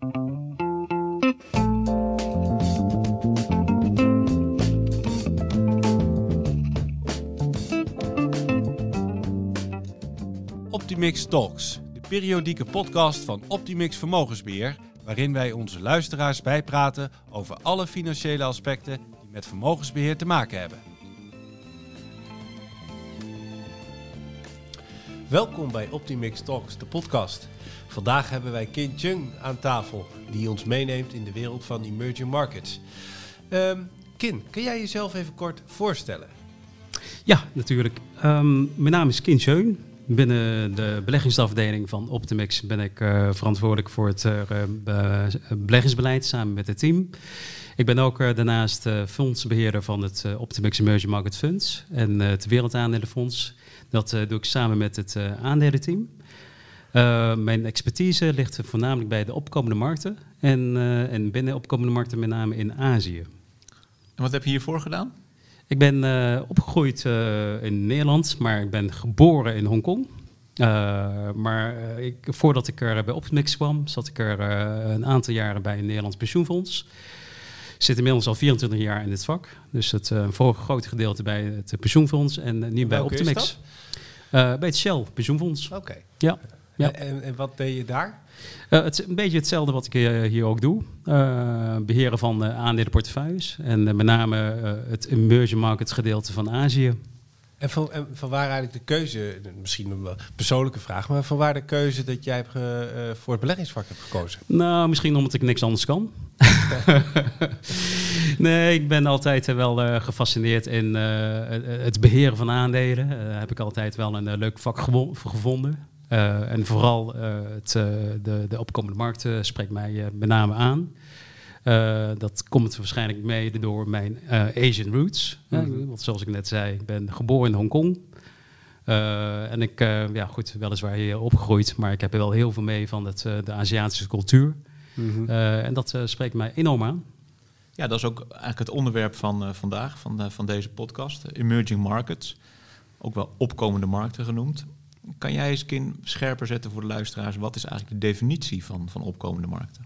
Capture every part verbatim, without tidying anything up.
Optimix Talks, de periodieke podcast van Optimix Vermogensbeheer, waarin wij onze luisteraars bijpraten over alle financiële aspecten die met vermogensbeheer te maken hebben. Welkom bij Optimix Talks, de podcast. Vandaag hebben wij Kin Chung aan tafel, die ons meeneemt in de wereld van emerging markets. Um, Kin, kun jij jezelf even kort voorstellen? Ja, natuurlijk. Um, mijn naam is Kin Chung. Binnen de beleggingsafdeling van Optimix ben ik uh, verantwoordelijk voor het uh, be- beleggingsbeleid samen met het team. Ik ben ook uh, daarnaast uh, fondsbeheerder van het uh, Optimix Emerging Market Funds en uh, het Wereldaandelenfonds. Dat uh, doe ik samen met het uh, aandelenteam. Uh, mijn expertise ligt voornamelijk bij de opkomende markten en, uh, en binnen opkomende markten met name in Azië. En wat heb je hiervoor gedaan? Ik ben uh, opgegroeid uh, in Nederland, maar ik ben geboren in Hongkong. Uh, maar uh, ik, voordat ik er bij Optimix kwam, zat ik er uh, een aantal jaren bij een Nederlands pensioenfonds. Ik zit inmiddels al vierentwintig jaar in dit vak. Dus het uh, voor een groot gedeelte bij het pensioenfonds en uh, nu bij Welke Optimix. is dat? Uh, bij het Shell pensioenfonds. Oké. Okay. Ja. Ja. En, en wat deed je daar? Uh, het is een beetje hetzelfde wat ik uh, hier ook doe. Uh, beheren van uh, aandelenportefeuilles. En uh, met name uh, het emerging market gedeelte van Azië. En van, en van waar eigenlijk de keuze, misschien een persoonlijke vraag, maar van waar de keuze dat jij hebt ge, uh, voor het beleggingsvak hebt gekozen? Nou, misschien omdat ik niks anders kan. Nee, ik ben altijd uh, wel uh, gefascineerd in uh, het beheren van aandelen. Daar uh, heb ik altijd wel een uh, leuk vak gewo- gevonden. Uh, en vooral uh, het, uh, de, de opkomende markten spreekt mij uh, met name aan. Uh, dat komt waarschijnlijk mede door mijn uh, Asian roots. Mm-hmm. Uh, want zoals ik net zei, ik ben geboren in Hongkong. Uh, en ik, uh, ja goed, weliswaar hier opgegroeid, maar ik heb er wel heel veel mee van het, uh, de Aziatische cultuur. Mm-hmm. Uh, en dat uh, spreekt mij enorm aan. Ja, dat is ook eigenlijk het onderwerp van uh, vandaag, van, uh, van deze podcast. Emerging markets, ook wel opkomende markten genoemd. Kan jij eens Kin scherper zetten voor de luisteraars? Wat is eigenlijk de definitie van, van opkomende markten?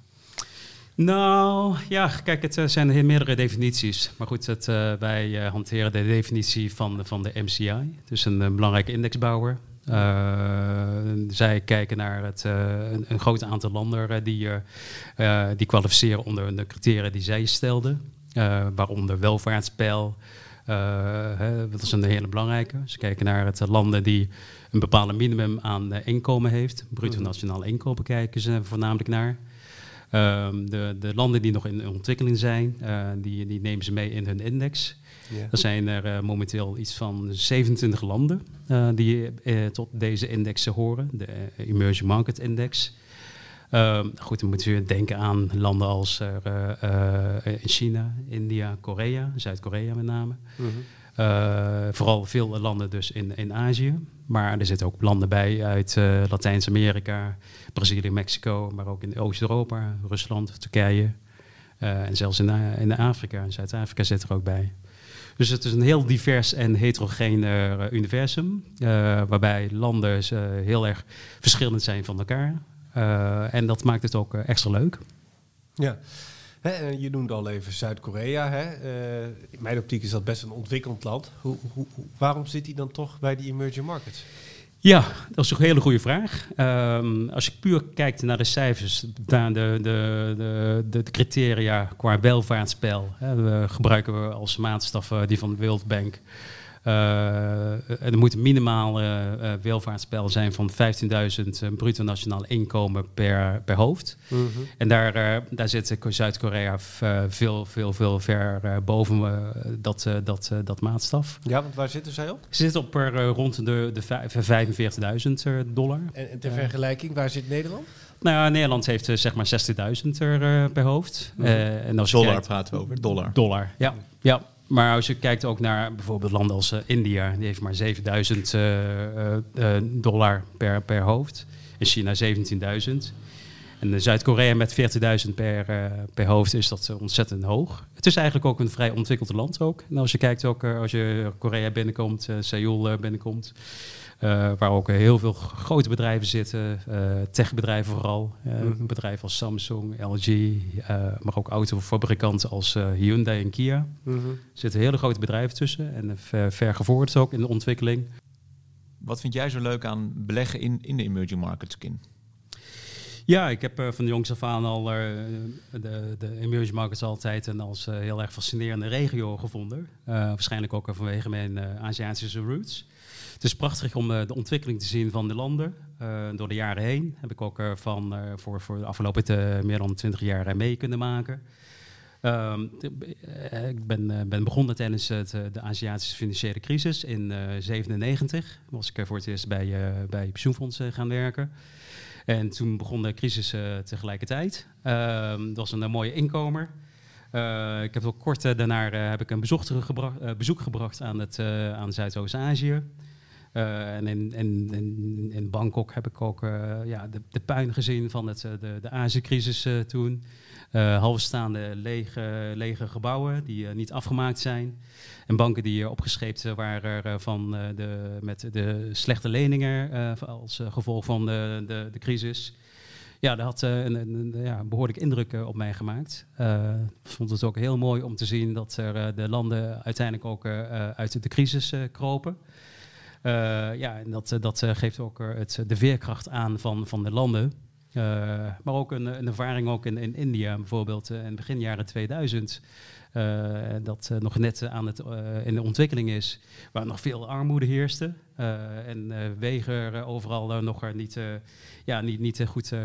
Nou, ja, kijk, het uh, zijn heel meerdere definities. Maar goed, het, uh, wij uh, hanteren de definitie van, van de M C I. Dus een, een belangrijke indexbouwer. Uh, zij kijken naar het, uh, een, een groot aantal landen uh, die, uh, uh, die kwalificeren onder de criteria die zij stelden. Uh, waaronder welvaartspeil. Uh, hè, dat is een hele belangrijke. Ze kijken naar het uh, landen die een bepaalde minimum aan uh, inkomen heeft. Bruto nationaal inkomen kijken ze voornamelijk naar. Um, de, de landen die nog in ontwikkeling zijn, uh, die, die nemen ze mee in hun index. Yeah. Er zijn er uh, momenteel iets van zevenentwintig landen uh, die uh, tot deze indexen horen. De uh, Emerging Market Index. Um, goed, dan moeten we denken aan landen als uh, uh, China, India, Korea, Zuid-Korea met name. Mm-hmm. Uh, vooral veel landen dus in, in Azië. Maar er zitten ook landen bij uit uh, Latijns-Amerika, Brazilië, Mexico, maar ook in Oost-Europa, Rusland, Turkije. Uh, en zelfs in, uh, in Afrika, in Zuid-Afrika zit er ook bij. Dus het is een heel divers en heterogeen uh, universum, uh, waarbij landen uh, heel erg verschillend zijn van elkaar. Uh, en dat maakt het ook uh, extra leuk. Ja. He, je noemde al even Zuid-Korea. Hè? Uh, in mijn optiek is dat best een ontwikkeld land. Hoe, hoe, waarom zit hij dan toch bij die emerging markets? Ja, dat is een hele goede vraag. Um, als je puur kijkt naar de cijfers, naar de, de, de, de criteria qua welvaartspeil, hè, we gebruiken we als maatstaf uh, die van de World Bank. Uh, er moet een minimaal uh, uh, welvaartspeil zijn van vijftienduizend uh, bruto nationaal inkomen per, per hoofd. Mm-hmm. En daar, uh, daar zit Zuid-Korea uh, veel, veel, veel ver uh, boven uh, dat, uh, dat, uh, dat maatstaf. Ja, want waar zitten zij op? Ze zitten op uh, rond de, de vijfenveertigduizend uh, dollar. En, en ter uh, vergelijking, waar zit Nederland? Nou ja, Nederland heeft uh, zeg maar zestigduizend er, uh, per hoofd. Mm-hmm. Uh, en als dollar kijkt, praten we over, dollar. Dollar, ja. ja. Maar als je kijkt ook naar bijvoorbeeld landen als uh, India, die heeft maar zevenduizend uh, uh, dollar per, per hoofd. En China zeventienduizend. En uh, Zuid-Korea met veertigduizend per, uh, per hoofd is dat uh, ontzettend hoog. Het is eigenlijk ook een vrij ontwikkeld land ook. En als je kijkt ook, uh, als je Korea binnenkomt, uh, Seoul uh, binnenkomt, Uh, waar ook heel veel grote bedrijven zitten, uh, techbedrijven vooral. Uh, Mm-hmm. Bedrijven als Samsung, L G, uh, maar ook autofabrikanten als uh, Hyundai en Kia. Mm-hmm. Er zitten hele grote bedrijven tussen en ver, ver gevorderd ook in de ontwikkeling. Wat vind jij zo leuk aan beleggen in, in de emerging markets, Kin? Ja, ik heb uh, van de jongs af aan al uh, de, de emerging markets altijd en als uh, heel erg fascinerende regio gevonden. Uh, waarschijnlijk ook uh, vanwege mijn uh, Aziatische roots. Het is prachtig om uh, de ontwikkeling te zien van de landen. Uh, door de jaren heen heb ik ook uh, van, uh, voor, voor de afgelopen uh, meer dan twintig jaar uh, mee kunnen maken. Um, uh, ik ben, uh, ben begonnen tijdens uh, de, de Aziatische financiële crisis in negentien zevenennegentig. Uh, was ik uh, voor het eerst bij, uh, bij pensioenfondsen gaan werken. En toen begon de crisis uh, tegelijkertijd. Uh, dat was een uh, mooie inkomer. Uh, ik heb ook kort uh, daarna uh, heb ik een bezoek, gebra- uh, bezoek gebracht aan, het, uh, aan Zuidoost-Azië. Uh, en in, in, in, in Bangkok heb ik ook uh, ja, de, de puin gezien van het, de, de Azië-crisis uh, toen. Uh, halfstaande lege, lege gebouwen die uh, niet afgemaakt zijn. En banken die uh, opgescheept waren uh, van, uh, de, met de slechte leningen uh, als uh, gevolg van de, de, de crisis. Ja, dat had uh, een, een, een ja, behoorlijk indruk uh, op mij gemaakt. Ik uh, vond het ook heel mooi om te zien dat er, uh, de landen uiteindelijk ook uh, uit de crisis uh, kropen. Uh, ja, en dat, dat uh, geeft ook uh, het, de veerkracht aan van, van de landen. Uh, maar ook een, een ervaring ook in, in India bijvoorbeeld uh, in begin jaren tweeduizend. Uh, dat uh, nog net uh, aan het, uh, in de ontwikkeling is, waar nog veel armoede heerste. Uh, en uh, wegen uh, overal uh, nog uh, niet, uh, ja, niet, niet uh, goed uh,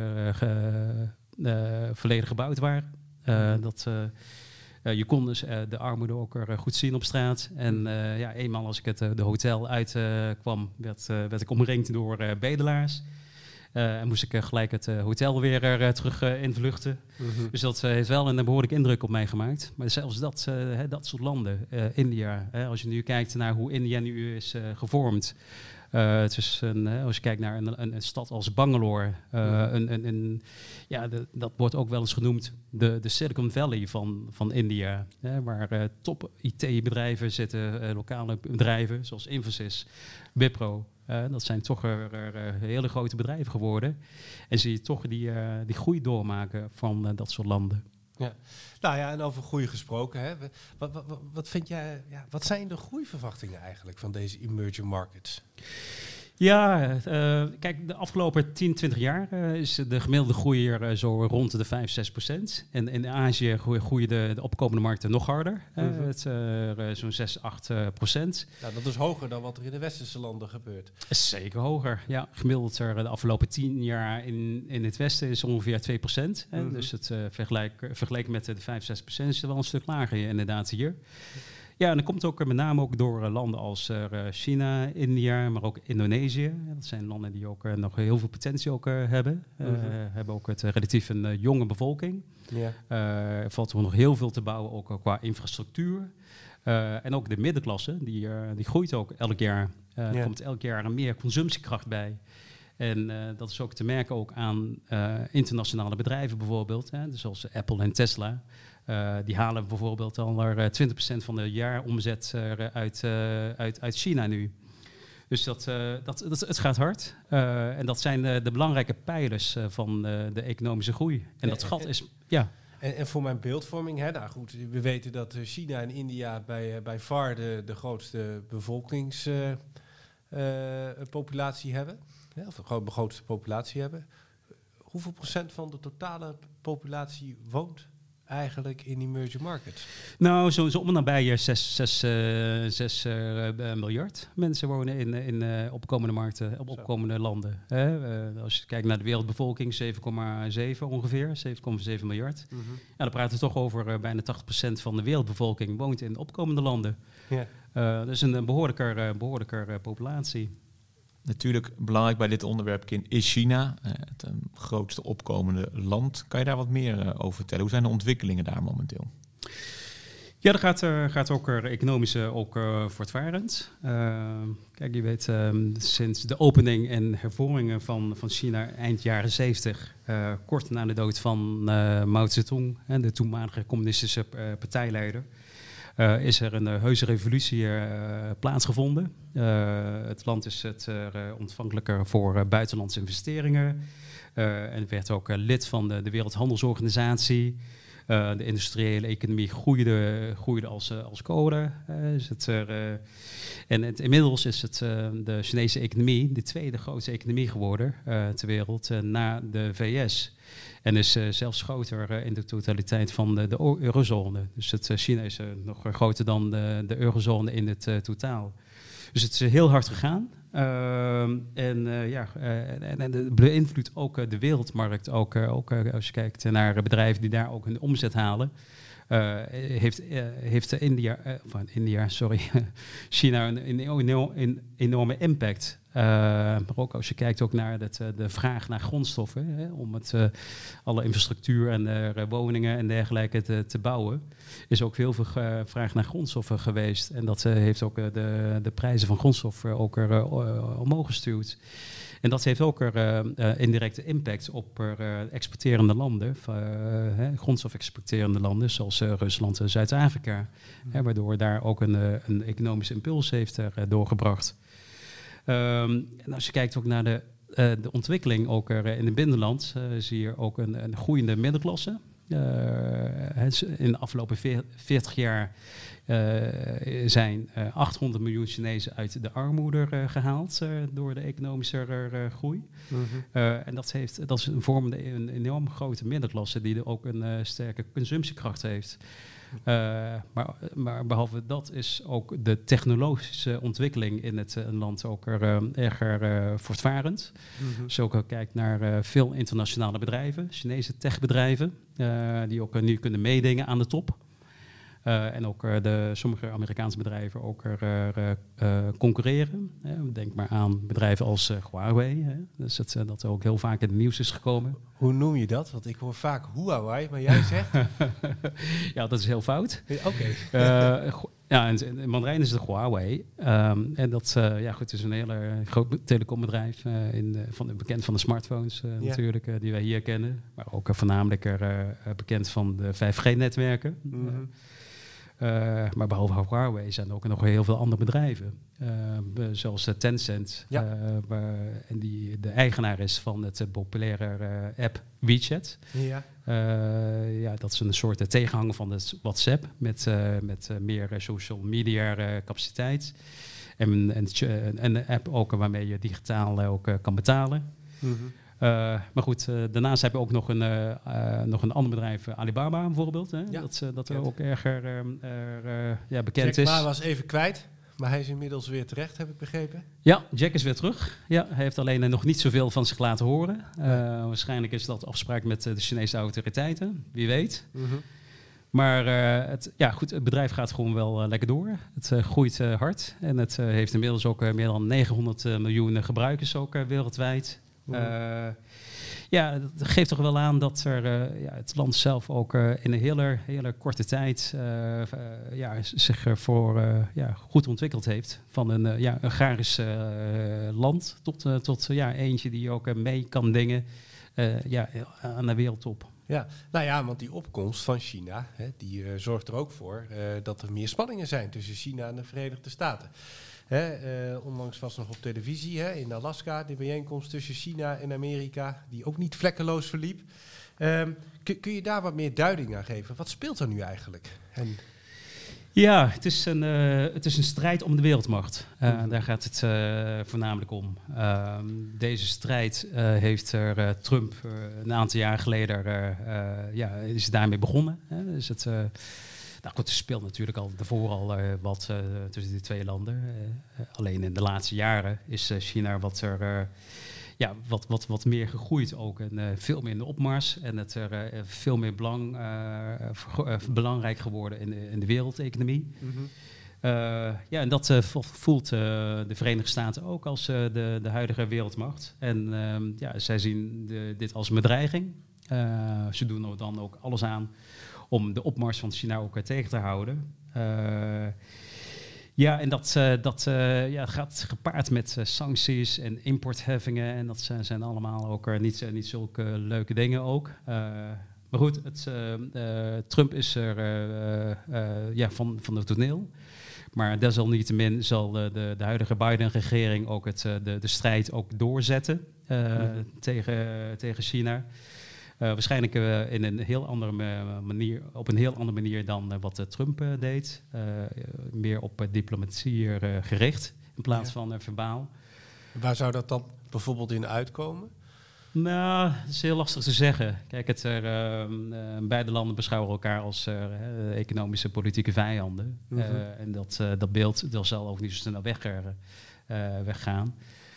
ge, uh, volledig gebouwd waren. Uh, dat... Uh, Uh, je kon dus uh, de armoede ook er uh, goed zien op straat. En uh, ja, eenmaal als ik het uh, de hotel uitkwam, uh, kwam, werd, uh, werd ik omringd door uh, bedelaars. Uh, en moest ik uh, gelijk het uh, hotel weer uh, terug uh, invluchten. Mm-hmm. Dus dat uh, heeft wel een behoorlijke indruk op mij gemaakt. Maar zelfs dat, uh, hè, dat soort landen, uh, India. Hè, als je nu kijkt naar hoe India nu is uh, gevormd. Uh, het is een, uh, als je kijkt naar een, een, een stad als Bangalore, uh, mm. een, een, een, ja, de, dat wordt ook wel eens genoemd de, de Silicon Valley van, van India. Hè, waar uh, top I T-bedrijven zitten, uh, lokale bedrijven zoals Infosys, Wipro. Uh, dat zijn toch uh, uh, hele grote bedrijven geworden. En zie je toch die, uh, die groei doormaken van uh, dat soort landen. Ja. Nou ja, en over groei gesproken. Hè. Wat, wat, wat, wat vind jij? Ja, wat zijn de groeiverwachtingen eigenlijk van deze emerging markets? Ja, uh, kijk, de afgelopen tien, twintig jaar uh, is de gemiddelde groei er uh, zo rond de vijf, zes procent. En in Azië groeien, groeien de, de opkomende markten nog harder. Uh, mm-hmm. Het uh, zo'n zes, acht procent. Nou, dat is hoger dan wat er in de westerse landen gebeurt. Zeker hoger, ja. Gemiddeld er de afgelopen tien jaar in, in het westen is ongeveer twee procent. Hè. Mm-hmm. Dus het uh, vergelijk, vergeleken met de vijf, zes procent is er wel een stuk lager inderdaad hier. Ja, en dat komt ook met name ook door uh, landen als uh, China, India, maar ook Indonesië. Dat zijn landen die ook uh, nog heel veel potentie ook, uh, hebben. Uh, mm-hmm. Hebben ook het, uh, relatief een uh, jonge bevolking. Yeah. Uh, er valt er nog heel veel te bouwen, ook uh, qua infrastructuur. Uh, en ook de middenklasse, die, uh, die groeit ook elk jaar. Uh, yeah. Er komt elk jaar meer consumptiekracht bij. En uh, dat is ook te merken ook aan uh, internationale bedrijven bijvoorbeeld, hè, dus zoals Apple en Tesla. Uh, die halen bijvoorbeeld al er uh, twintig procent van de jaaromzet uh, uit, uh, uit, uit China nu. Dus dat, uh, dat, dat, het gaat hard. Uh, en dat zijn uh, de belangrijke pijlers uh, van uh, de economische groei. En dat gat is... ja. En, en voor mijn beeldvorming, hè, nou goed, we weten dat China en India bij, uh, bij far de, de grootste bevolkingspopulatie uh, uh, hebben. Ja, of de grootste populatie hebben. Hoeveel procent van de totale populatie woont eigenlijk in emerging markets? Nou, zo, zo om en nabij zes, zes, uh, zes uh, miljard mensen wonen in, in uh, opkomende markten, op opkomende zo. landen. Hè? Uh, als je kijkt naar de wereldbevolking, zeven komma zeven ongeveer, zeven komma zeven miljard. Mm-hmm. Ja, dan praten we toch over uh, bijna tachtig procent van de wereldbevolking woont in opkomende landen. Yeah. Uh, dus een, een behoorlijker, uh, behoorlijker uh, populatie. Natuurlijk belangrijk bij dit onderwerp, Kin, is China, uh, het um, grootste opkomende land. Kan je daar wat meer uh, over vertellen? Hoe zijn de ontwikkelingen daar momenteel? Ja, dat gaat, uh, gaat ook uh, economisch uh, ook uh, voortvarend. Uh, kijk, je weet, um, sinds de opening en hervormingen van, van China eind jaren zeventig, uh, kort na de dood van uh, Mao Zedong, hè, de toenmalige communistische uh, partijleider, Uh, uh, is er een uh, heuse revolutie uh, plaatsgevonden. Uh, het land is het, uh, ontvankelijker voor uh, buitenlandse investeringen. Uh, en werd ook uh, lid van de, de Wereldhandelsorganisatie. Uh, de industriële economie groeide, groeide als, uh, als kolen. Uh, is het, uh, en het, inmiddels is het uh, de Chinese economie de tweede grootste economie geworden uh, ter wereld uh, na de V S. En is uh, zelfs groter uh, in de totaliteit van de, de eurozone. Dus het, uh, China is uh, nog groter dan de, de eurozone in het uh, totaal. Dus het is uh, heel hard gegaan. Uh, en uh, ja, uh, en, en het beïnvloedt ook uh, de wereldmarkt. Ook, uh, ook uh, als je kijkt naar uh, bedrijven die daar ook hun omzet halen. Uh, heeft, uh, heeft India, uh, van India, sorry, China een, een, een enorme impact. Uh, maar ook als je kijkt ook naar het, uh, de vraag naar grondstoffen, hè, om het, uh, alle infrastructuur en uh, woningen en dergelijke te, te bouwen, is ook heel veel uh, vraag naar grondstoffen geweest. En dat uh, heeft ook uh, de, de prijzen van grondstoffen ook er uh, omhoog gestuurd. En dat heeft ook er uh, uh, indirecte impact op uh, exporterende landen, uh, hè, grondstof-exporterende landen, zoals uh, Rusland en Zuid-Afrika. Mm. Hè, waardoor daar ook een, uh, een economische impuls heeft uh, doorgebracht. Um, en als je kijkt ook naar de, uh, de ontwikkeling ook er, uh, in het binnenland, uh, zie je ook een, een groeiende middenklasse. Uh, in de afgelopen veertig jaar uh, zijn uh, achthonderd miljoen Chinezen uit de armoede uh, gehaald uh, door de economische uh, groei. Mm-hmm. Uh, en dat, heeft, dat is een vormende een enorm grote middenklasse die er ook een uh, sterke consumptiekracht heeft. Uh, maar, maar behalve dat is ook de technologische ontwikkeling in het uh, land ook er uh, erger uh, voortvarend. Mm-hmm. Als je ook kijkt naar uh, veel internationale bedrijven, Chinese techbedrijven, uh, die ook uh, nu kunnen meedingen aan de top. Uh, en ook uh, de, sommige Amerikaanse bedrijven ook er uh, uh, concurreren. Uh, denk maar aan bedrijven als uh, Huawei. Hè. Dus het, uh, dat ook heel vaak in het nieuws is gekomen. Hoe noem je dat? Want ik hoor vaak Huawei, maar jij zegt... ja, dat is heel fout. Oké. Okay. uh, ja, in, in Mandarijn is het Huawei. Um, en dat uh, ja, goed, is een hele groot telecombedrijf. Uh, in de, van, bekend van de smartphones uh, ja. natuurlijk, uh, die wij hier kennen. Maar ook uh, voornamelijk er, uh, bekend van de vijf G-netwerken. Mm-hmm. Uh, maar behalve Huawei zijn er ook nog heel veel andere bedrijven. Uh, zoals uh, Tencent. Ja. Uh, waar, en die de eigenaar is van het uh, populaire uh, app WeChat. Ja. Uh, ja, dat is een soort uh, tegenhanger van de WhatsApp. Met, uh, met uh, meer uh, social media uh, capaciteit. En, en, en een app ook waarmee je digitaal uh, ook uh, kan betalen. Mm-hmm. Uh, maar goed, uh, daarnaast heb je ook nog een, uh, uh, nog een ander bedrijf, uh, Alibaba bijvoorbeeld. Hè? Ja. Dat, uh, dat er ook erger uh, uh, ja, bekend Jack is. Ma was even kwijt, maar hij is inmiddels weer terecht, heb ik begrepen. Ja, Jack is weer terug. Ja, hij heeft alleen uh, nog niet zoveel van zich laten horen. Uh, ja. Waarschijnlijk is dat afspraak met uh, de Chinese autoriteiten, wie weet. Mm-hmm. Maar uh, het, ja, goed, het bedrijf gaat gewoon wel uh, lekker door. Het uh, groeit uh, hard en het uh, heeft inmiddels ook uh, meer dan negenhonderd uh, miljoen gebruikers ook, uh, wereldwijd. Uh, ja, dat geeft toch wel aan dat er, uh, ja, het land zelf ook uh, in een hele, hele korte tijd uh, uh, ja, zich ervoor uh, ja, goed ontwikkeld heeft. Van een uh, ja, agrarisch uh, land tot, uh, tot uh, ja, eentje die ook uh, mee kan dingen uh, ja, aan de wereldtop. Ja, nou ja, want die opkomst van China, hè, die uh, zorgt er ook voor uh, dat er meer spanningen zijn tussen China en de Verenigde Staten. Hè, uh, onlangs was nog op televisie hè, in Alaska de bijeenkomst tussen China en Amerika, die ook niet vlekkeloos verliep. Um, kun, kun je daar wat meer duiding aan geven? Wat speelt er nu eigenlijk? En ja, het is, een, uh, het is een strijd om de wereldmacht. Uh, mm-hmm. Daar gaat het uh, voornamelijk om. Uh, deze strijd uh, heeft er uh, Trump uh, een aantal jaar geleden uh, uh, ja, is daarmee begonnen. Hè? Dus het... Uh, Nou goed, er speelt natuurlijk al daarvoor al uh, wat uh, tussen die twee landen. Uh, alleen in de laatste jaren is uh, China wat, er, uh, ja, wat, wat, wat meer gegroeid ook. En uh, veel meer in de opmars. En het er uh, veel meer belang, uh, ver, uh, belangrijk geworden in de, in de wereldeconomie. Mm-hmm. Uh, ja, en dat uh, voelt uh, de Verenigde Staten ook als uh, de, de huidige wereldmacht. En uh, ja, zij zien de, dit als een bedreiging. Uh, ze doen er dan ook alles aan om de opmars van China ook uh, tegen te houden. Uh, ja, en dat, uh, dat uh, ja, gaat gepaard met uh, sancties en importheffingen. En dat uh, zijn allemaal ook uh, niet, uh, niet zulke leuke dingen ook. Uh, Maar goed, het, uh, uh, Trump is er uh, uh, ja, van, van het toneel. Maar desalniettemin zal uh, de, de huidige Biden-regering ook het, uh, de, de strijd ook doorzetten uh, mm-hmm. tegen, tegen China. Uh, waarschijnlijk uh, in een heel andere manier, op een heel andere manier dan uh, wat uh, Trump uh, deed. Uh, meer op uh, diplomatie uh, gericht in plaats ja. van uh, verbaal. Waar zou dat dan bijvoorbeeld in uitkomen? Nou, dat is heel lastig te zeggen. Kijk, het er, uh, uh, beide landen beschouwen elkaar als uh, uh, economische politieke vijanden. Mm-hmm. Uh, en dat, uh, dat beeld dat zal ook niet zo snel weg, uh, weggaan.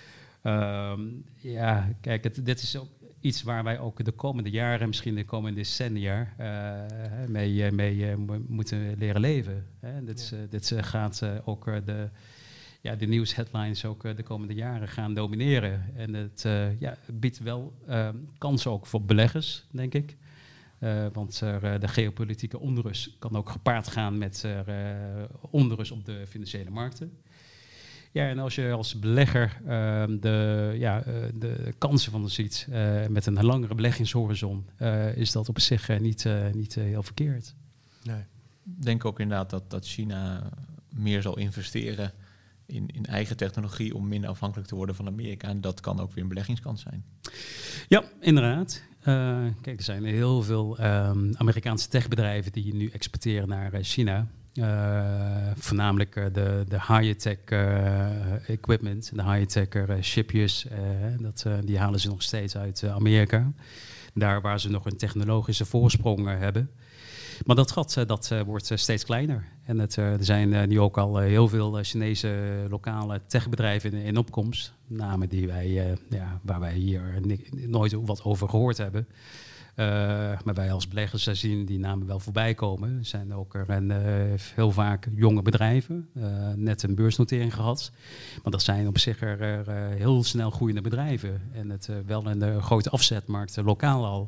Uh, ja, kijk, het, dit is ook iets waar wij ook de komende jaren, misschien de komende decennia, uh, mee, mee uh, moeten leren leven. Hè? Dit, ja. uh, dit uh, gaat uh, ook uh, de... Ja, de nieuwsheadlines ook uh, de komende jaren gaan domineren. En het uh, ja, biedt wel uh, kansen ook voor beleggers, denk ik. Uh, want uh, de geopolitieke onrust kan ook gepaard gaan met uh, onrust op de financiële markten. Ja, en als je als belegger uh, de, ja, uh, de kansen van ziet uh, met een langere beleggingshorizon, uh, is dat op zich uh, niet, uh, niet uh, heel verkeerd. Nee. Ik denk ook inderdaad dat, dat China meer zal investeren In, in eigen technologie om minder afhankelijk te worden van Amerika. En dat kan ook weer een beleggingskans zijn. Ja, inderdaad. Uh, kijk, er zijn heel veel um, Amerikaanse techbedrijven die nu exporteren naar uh, China. Uh, voornamelijk uh, de, de high-tech uh, equipment, de high-tech uh, chipjes. Uh, dat, uh, die halen ze nog steeds uit uh, Amerika. Daar waar ze nog een technologische voorsprong uh, hebben. Maar dat gat uh, dat, uh, wordt uh, steeds kleiner. En het, uh, er zijn uh, nu ook al uh, heel veel uh, Chinese uh, lokale techbedrijven in, in opkomst. Namen die wij, uh, ja, waar wij hier ni- nooit wat over gehoord hebben. Uh, maar wij als beleggers uh, zien die namen wel voorbij komen. Er zijn ook er een, uh, heel vaak jonge bedrijven. Uh, net een beursnotering gehad. Maar dat zijn op zich er, er uh, heel snel groeiende bedrijven. En het uh, wel een uh, grote afzetmarkt, uh, lokaal al.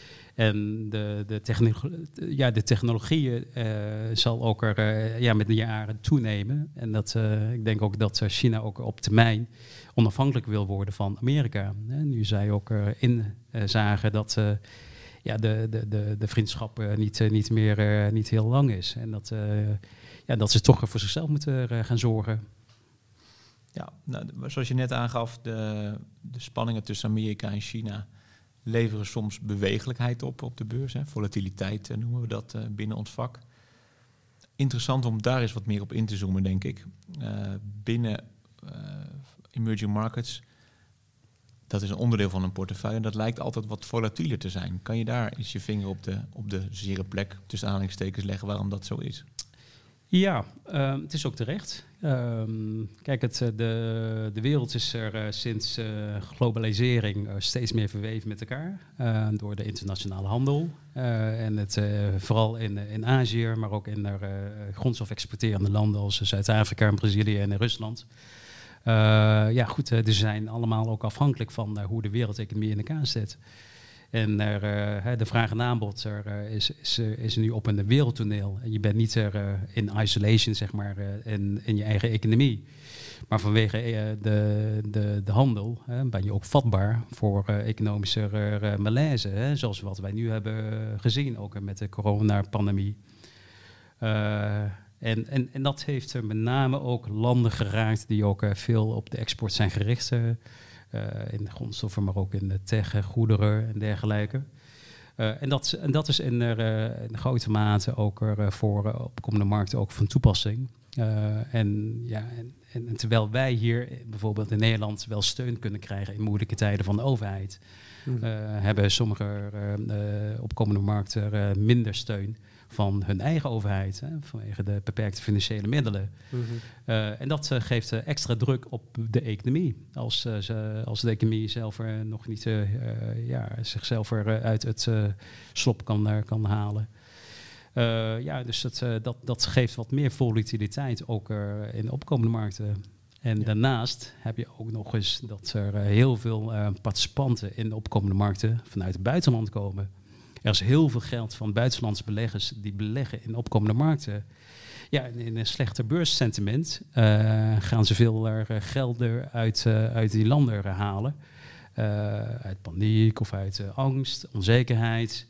En de, de, technico- ja, de technologie uh, zal ook er, uh, ja, met de jaren toenemen. En dat, uh, ik denk ook dat China ook op termijn onafhankelijk wil worden van Amerika. En nu zij ook uh, inzagen uh, dat uh, ja, de, de, de, de vriendschap uh, niet, uh, niet meer uh, niet heel lang is. En dat, uh, ja, dat ze toch voor zichzelf moeten uh, gaan zorgen. Ja, nou, zoals je net aangaf, de, de spanningen tussen Amerika en China leveren soms bewegelijkheid op op de beurs. Hè. Volatiliteit uh, noemen we dat uh, binnen ons vak. Interessant om daar eens wat meer op in te zoomen, denk ik. Uh, binnen uh, emerging markets, dat is een onderdeel van een portefeuille en dat lijkt altijd wat volatieler te zijn. Kan je daar eens je vinger op de, op de zere plek tussen aanhalingstekens leggen waarom dat zo is? Ja, uh, het is ook terecht. Uh, kijk, het, de, de wereld is er uh, sinds uh, globalisering uh, steeds meer verweven met elkaar. Uh, door de internationale handel. Uh, en het, uh, vooral in, in Azië, maar ook in uh, grondstof-exporterende landen als Zuid-Afrika, Brazilië en Rusland. Uh, ja, goed, uh, die zijn allemaal ook afhankelijk van uh, hoe de wereldeconomie in elkaar zit. En er, uh, de vraag en aanbod er, uh, is, is, uh, is nu op een wereldtoneel. En je bent niet er, uh, in isolation, zeg maar, uh, in, in je eigen economie. Maar vanwege uh, de, de, de handel uh, ben je ook vatbaar voor uh, economische uh, malaise. Hè, zoals wat wij nu hebben gezien, ook uh, met de coronapandemie. Uh, en, en, en dat heeft uh, met name ook landen geraakt die ook uh, veel op de export zijn gericht. Uh, Uh, in de grondstoffen, maar ook in de tech, goederen en dergelijke. Uh, en, dat, en dat is in, uh, in grote mate ook er, uh, voor uh, opkomende markten ook van toepassing. Uh, en, ja, en, en, en terwijl wij hier bijvoorbeeld in Nederland wel steun kunnen krijgen in moeilijke tijden van de overheid, mm. uh, hebben sommige uh, uh, opkomende markten uh, minder steun van hun eigen overheid, hè, vanwege de beperkte financiële middelen. Mm-hmm. Uh, en dat uh, geeft uh, extra druk op de economie. Als, uh, ze, als de economie zelf er nog niet uh, uh, ja, zichzelf er uh, uit het uh, slop kan, uh, kan halen. Uh, ja, dus dat, uh, dat, dat geeft wat meer volatiliteit ook uh, in opkomende markten. En ja. Daarnaast heb je ook nog eens dat er uh, heel veel uh, participanten in de opkomende markten vanuit het buitenland komen. Er is heel veel geld van buitenlandse beleggers die beleggen in opkomende markten. Ja, in een slechter beurssentiment uh, gaan ze veel uh, gelden uit, uh, uit die landen halen. Uh, uit paniek of uit uh, angst, onzekerheid.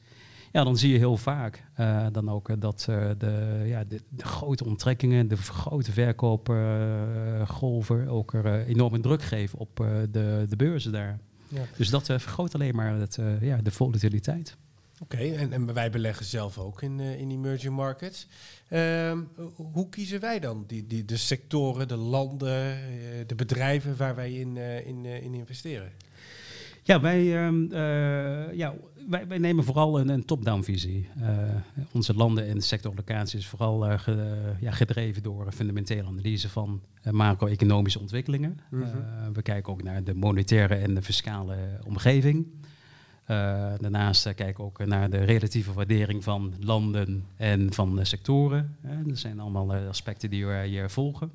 Ja, dan zie je heel vaak uh, dan ook uh, dat uh, de, ja, de, de grote onttrekkingen, de grote verkoopgolven uh, ook er uh, enorme druk geven op uh, de, de beurzen daar. Ja. Dus dat uh, vergroot alleen maar het, uh, ja, de volatiliteit. Oké, okay, en, en wij beleggen zelf ook in, uh, in emerging markets. Uh, hoe kiezen wij dan die, die, de sectoren, de landen, uh, de bedrijven waar wij in, uh, in, uh, in investeren? Ja, wij, uh, uh, ja wij, wij nemen vooral een, een top-down visie. Uh, onze landen en sectorlocatie is vooral uh, ge, uh, ja, gedreven door een fundamentele analyse van uh, macro-economische ontwikkelingen. Mm-hmm. Uh, we kijken ook naar de monetaire en de fiscale omgeving. Uh, daarnaast uh, kijken we ook naar de relatieve waardering van landen en van uh, sectoren. Uh, dat zijn allemaal uh, aspecten die we hier volgen.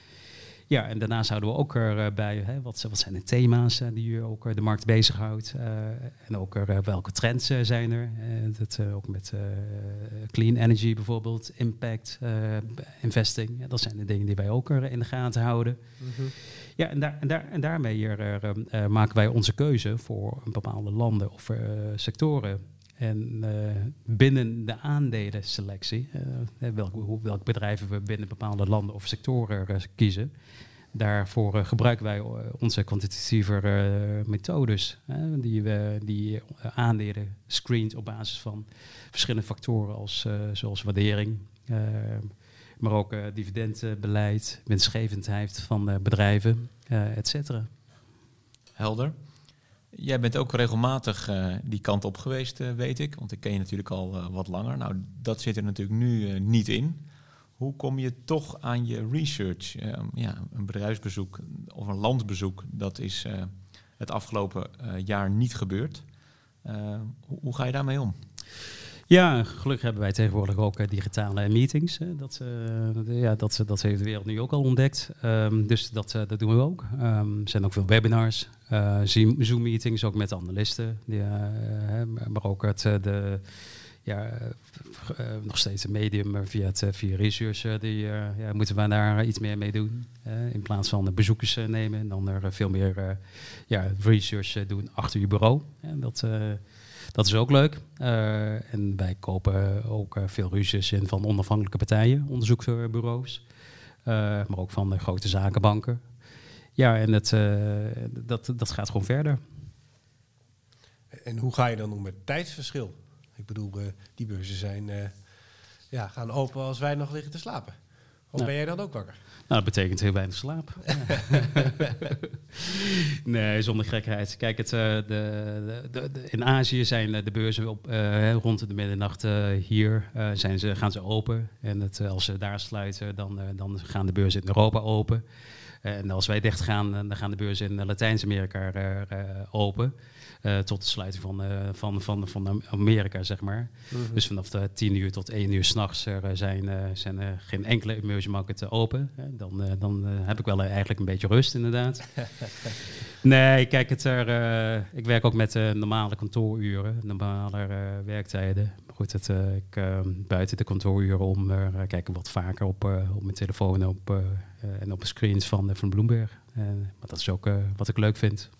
Ja, en daarnaast houden we ook erbij, hè, wat, wat zijn de thema's uh, die ook de markt bezighoudt. Uh, en ook uh, welke trends uh, zijn er. Uh, dat, uh, ook met uh, clean energy bijvoorbeeld, impact, uh, investing. Ja, dat zijn de dingen die wij ook uh, in de gaten houden. Mm-hmm. Ja, en, daar, en, daar, en daarmee hier, uh, uh, maken wij onze keuze voor bepaalde landen of uh, sectoren. En uh, binnen de aandelenselectie, uh, welke, welke bedrijven we binnen bepaalde landen of sectoren uh, kiezen, daarvoor uh, gebruiken wij uh, onze kwantitatieve uh, methodes. Uh, die we die uh, aandelen screent op basis van verschillende factoren als, uh, zoals waardering, uh, maar ook uh, dividendbeleid, winstgevendheid van uh, bedrijven, uh, et cetera. Helder. Jij bent ook regelmatig uh, die kant op geweest, uh, weet ik. Want ik ken je natuurlijk al uh, wat langer. Nou, dat zit er natuurlijk nu uh, niet in. Hoe kom je toch aan je research? Uh, ja, een bedrijfsbezoek of een landbezoek, dat is uh, het afgelopen uh, jaar niet gebeurd. Uh, hoe, hoe ga je daarmee om? Ja, gelukkig hebben wij tegenwoordig ook uh, digitale meetings. Hè. Dat, uh, ja, dat, dat heeft de wereld nu ook al ontdekt. Um, dus dat, uh, dat doen we ook. Um, er zijn ook veel webinars, uh, Zoom-meetings, ook met analisten. Die, uh, maar ook het, uh, de, ja, uh, nog steeds een medium via, het, uh, via research. Uh, die, uh, ja, moeten we daar iets meer mee doen. Uh, in plaats van uh, bezoekers uh, nemen. En dan er uh, veel meer uh, ja, research uh, doen achter je bureau. En dat... Uh, Dat is ook leuk. Uh, en wij kopen ook uh, veel research in van onafhankelijke partijen, onderzoeksbureaus. Uh, maar ook van de grote zakenbanken. Ja, en het, uh, dat, dat gaat gewoon verder. En hoe ga je dan om met tijdsverschil? Ik bedoel, uh, die beurzen zijn, uh, ja, gaan open als wij nog liggen te slapen. Of nou, ben jij dan ook wakker? Nou, dat betekent heel weinig slaap. Nee, zonder gekheid. Kijk, het, uh, de, de, de, in Azië zijn de beurzen op, uh, rond de middernacht uh, hier uh, zijn ze, gaan ze open. En het, als ze daar sluiten, dan, uh, dan gaan de beurzen in Europa open. Uh, en als wij dicht gaan, dan gaan de beurzen in Latijns-Amerika uh, uh, open. Uh, tot de sluiting van, uh, van, van, van Amerika, zeg maar. Mm-hmm. Dus vanaf de tien uur tot één uur s'nachts uh, zijn, uh, zijn uh, geen enkele emerging market uh, open. Uh, dan uh, dan uh, heb ik wel uh, eigenlijk een beetje rust, inderdaad. Nee, kijk, het er, uh, ik werk ook met uh, normale kantooruren, normale uh, werktijden. Maar goed, het, uh, ik uh, buiten de kantooruren om, uh, kijken wat vaker op, uh, op mijn telefoon op, uh, uh, en op de screens van, uh, van Bloomberg. Uh, maar dat is ook uh, wat ik leuk vind.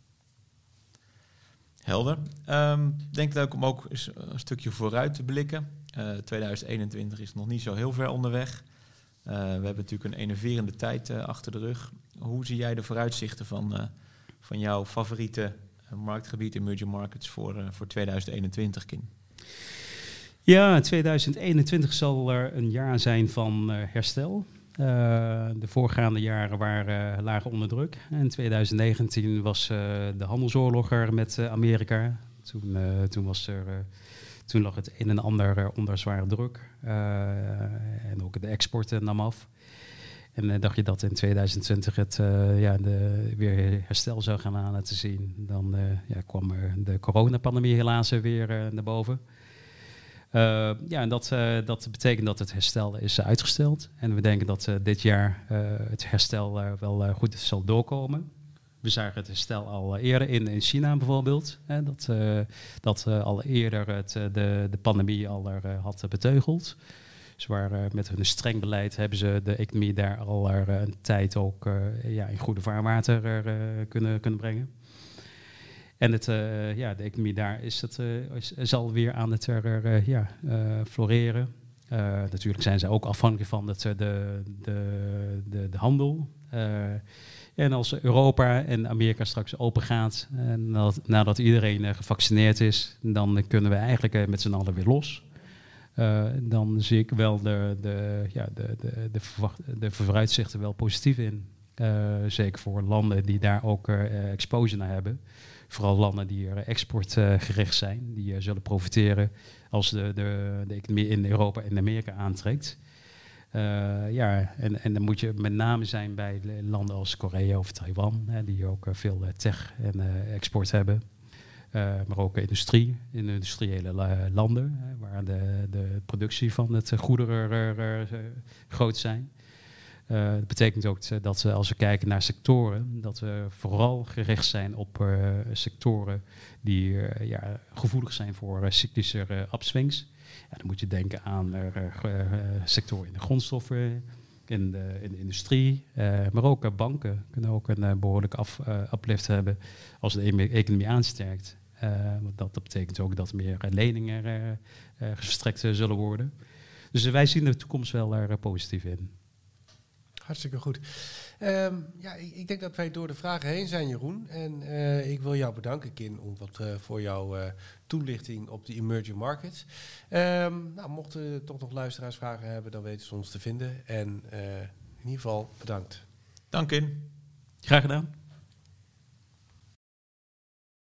Helder. Um, denk dat ook om ook eens een stukje vooruit te blikken. Uh, tweeduizend eenentwintig is nog niet zo heel ver onderweg. Uh, we hebben natuurlijk een enerverende tijd uh, achter de rug. Hoe zie jij de vooruitzichten van, uh, van jouw favoriete uh, marktgebied, emerging markets, voor, uh, voor tweeduizend eenentwintig, Kim? Ja, tweeduizend eenentwintig zal er een jaar zijn van uh, herstel. Uh, de voorgaande jaren waren, uh, lagen onder druk. In tweeduizend negentien was uh, de handelsoorlog er met uh, Amerika. Toen, uh, toen, was er, uh, toen lag het een en ander uh, onder zware druk. Uh, en ook de export nam af. En uh, dacht je dat in tweeduizend twintig het uh, ja, de, weer herstel zou gaan aan laten zien. Dan uh, ja, kwam er de coronapandemie helaas weer uh, naar boven. Uh, ja, en dat, uh, dat betekent dat het herstel is uh, uitgesteld. En we denken dat uh, dit jaar uh, het herstel uh, wel uh, goed zal doorkomen. We zagen het herstel al uh, eerder in, in China bijvoorbeeld. Hè, dat uh, dat uh, al eerder het, uh, de, de pandemie al er, uh, had beteugeld. Dus waar, uh, met hun streng beleid hebben ze de economie daar al er, uh, een tijd ook uh, ja, in goede vaarwater uh, kunnen, kunnen brengen. En het, uh, ja, de economie daar is het, uh, is, zal weer aan het uh, ja, uh, floreren. Uh, natuurlijk zijn zij ook afhankelijk van het, de, de, de, de handel. Uh, en als Europa en Amerika straks open gaat, uh, nadat, nadat iedereen uh, gevaccineerd is, dan kunnen we eigenlijk uh, met z'n allen weer los. Uh, dan zie ik wel de, de, ja, de, de, de, verwacht, de vooruitzichten wel positief in. Uh, zeker voor landen die daar ook uh, exposure naar hebben. Vooral landen die er exportgericht uh, zijn, die uh, zullen profiteren als de, de, de economie in Europa en Amerika aantrekt. Uh, ja, en, en dan moet je met name zijn bij landen als Korea of Taiwan, hè, die ook uh, veel uh, tech en uh, export hebben. Uh, maar ook industrie, in industriële la- landen, hè, waar de, de productie van het uh, goederen uh, uh, groot zijn. Uh, dat betekent ook t- dat we, als we kijken naar sectoren, dat we vooral gericht zijn op uh, sectoren die uh, ja, gevoelig zijn voor uh, cyclische uh, upswings. Ja, dan moet je denken aan uh, uh, sectoren in de grondstoffen, in de, in de industrie, uh, maar ook uh, banken kunnen ook een uh, behoorlijke af, uh, uplift hebben als de e- economie aansterkt. Uh, want dat, dat betekent ook dat meer uh, leningen uh, uh, verstrekt uh, zullen worden. Dus uh, wij zien de toekomst wel er uh, positief in. Hartstikke goed. Um, ja, ik, ik denk dat wij door de vragen heen zijn, Jeroen. En uh, ik wil jou bedanken, Kin, om wat, uh, voor jouw uh, toelichting op de emerging markets. Um, nou, mochten toch nog luisteraars vragen hebben, dan weten ze ons te vinden. En uh, in ieder geval bedankt. Dank, Kin. Graag gedaan.